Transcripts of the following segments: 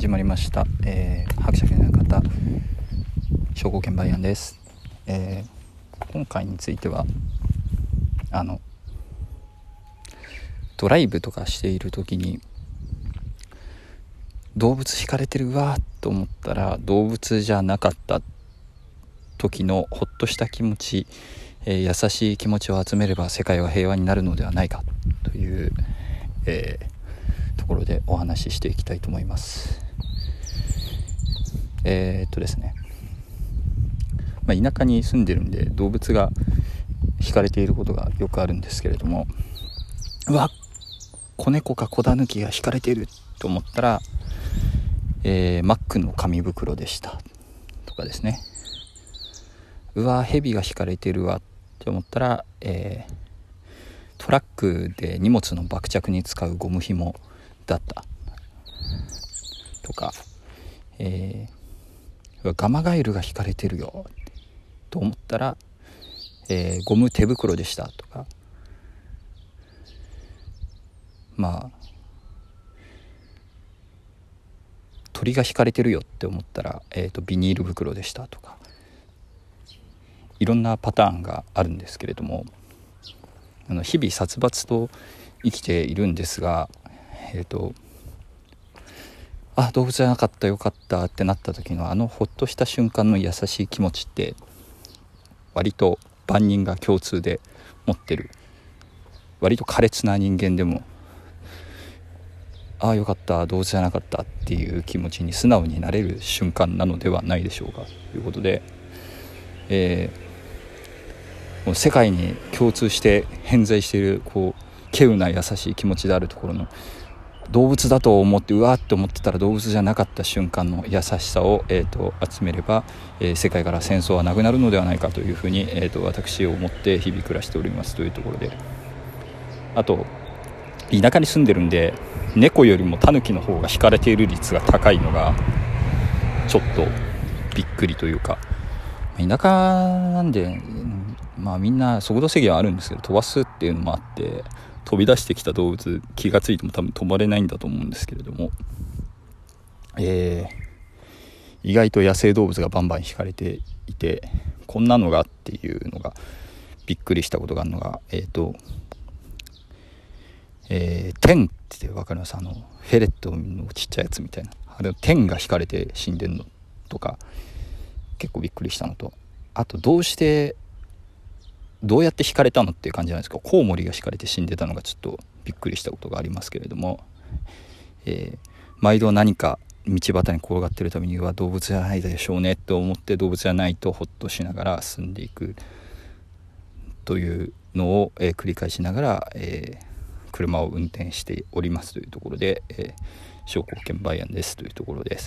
始まりました、伯爵の方証拠券売案です。今回についてはドライブとかしている時に動物惹かれてるわと思ったら動物じゃなかった時のほっとした気持ち、優しい気持ちを集めれば世界は平和になるのではないかという、ところでお話ししていきたいと思います。ですね、田舎に住んでるんで動物が惹かれていることがよくあるんですけれども、子猫か子狸が惹かれていると思ったら、マックの紙袋でしたとかですね。蛇が惹かれてるわって思ったら、トラックで荷物の爆着に使うゴム紐だったとか、ガマガエルが惹かれてるよと思ったら、ゴム手袋でしたとか、鳥が惹かれてるよって思ったら、ビニール袋でしたとか、いろんなパターンがあるんですけれども、日々殺伐と生きているんですが、動物じゃなかったよかったってなった時のほっとした瞬間の優しい気持ちって割と万人が共通で持ってる、割と苛烈な人間でもよかった動物じゃなかったっていう気持ちに素直になれる瞬間なのではないでしょうかということで、もう世界に共通して偏在している稀有な優しい気持ちであるところの動物だと思ってって思ってたら動物じゃなかった瞬間の優しさを、集めれば、世界から戦争はなくなるのではないかというふうに、私を思って日々暮らしておりますというところで、あと田舎に住んでるんで猫よりもタヌキの方が惹かれている率が高いのがちょっとびっくりというか、田舎なんでみんな速度制限はあるんですけど飛ばすっていうのもあって飛び出してきた動物気がついても多分止まれないんだと思うんですけれども、意外と野生動物がバンバン惹かれていて、こんなのがっていうのがびっくりしたことがあるのが、テンって分かります？フェレットのちっちゃいやつみたいな、テンが惹かれて死んでんのとか結構びっくりしたのと、あとどうやって惹かれたのっていう感じなんですけど、コウモリが惹かれて死んでたのがちょっとびっくりしたことがありますけれども、毎度何か道端に転がってるためには動物じゃないでしょうねと思って動物じゃないとホッとしながら進んでいくというのを、繰り返しながら、車を運転しておりますというところで、証拠券売案ですというところです。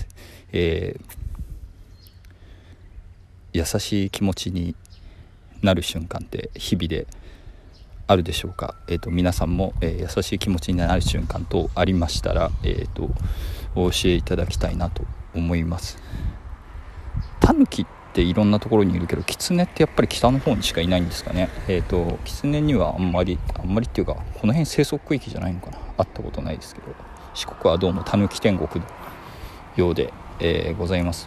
優しい気持ちになる瞬間って日々であるでしょうか。皆さんも、優しい気持ちになる瞬間とありましたら、お教えいただきたいなと思います。タヌキっていろんなところにいるけど、キツネってやっぱり北の方にしかいないんですかね。キツネにはあんまりっていうか、この辺生息区域じゃないのかな、会ったことないですけど、四国はどうもタヌキ天国のようで、ございます。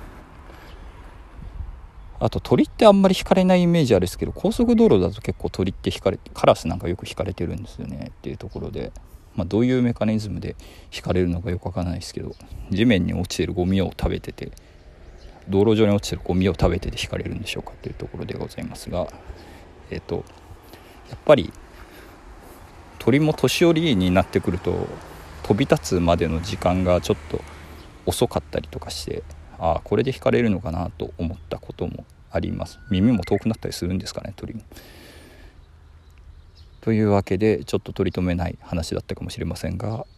あと鳥ってあんまり惹かれないイメージあるんですけど、高速道路だと結構鳥って惹かれて、カラスなんかよく惹かれてるんですよねっていうところで、どういうメカニズムで惹かれるのかよくわからないですけど、地面に落ちてるゴミを食べてて、道路上に落ちてるゴミを食べてて惹かれるんでしょうかというところでございますが、やっぱり鳥も年寄りになってくると飛び立つまでの時間がちょっと遅かったりとかして、これで惹かれるのかなと思ったこともあります。耳も遠くなったりするんですかね、鳥も。というわけでちょっと取り留めない話だったかもしれませんが、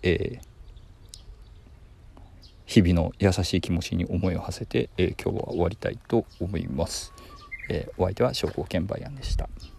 日々の優しい気持ちに思いを馳せて、今日は終わりたいと思います。お相手は証拠券売案でした。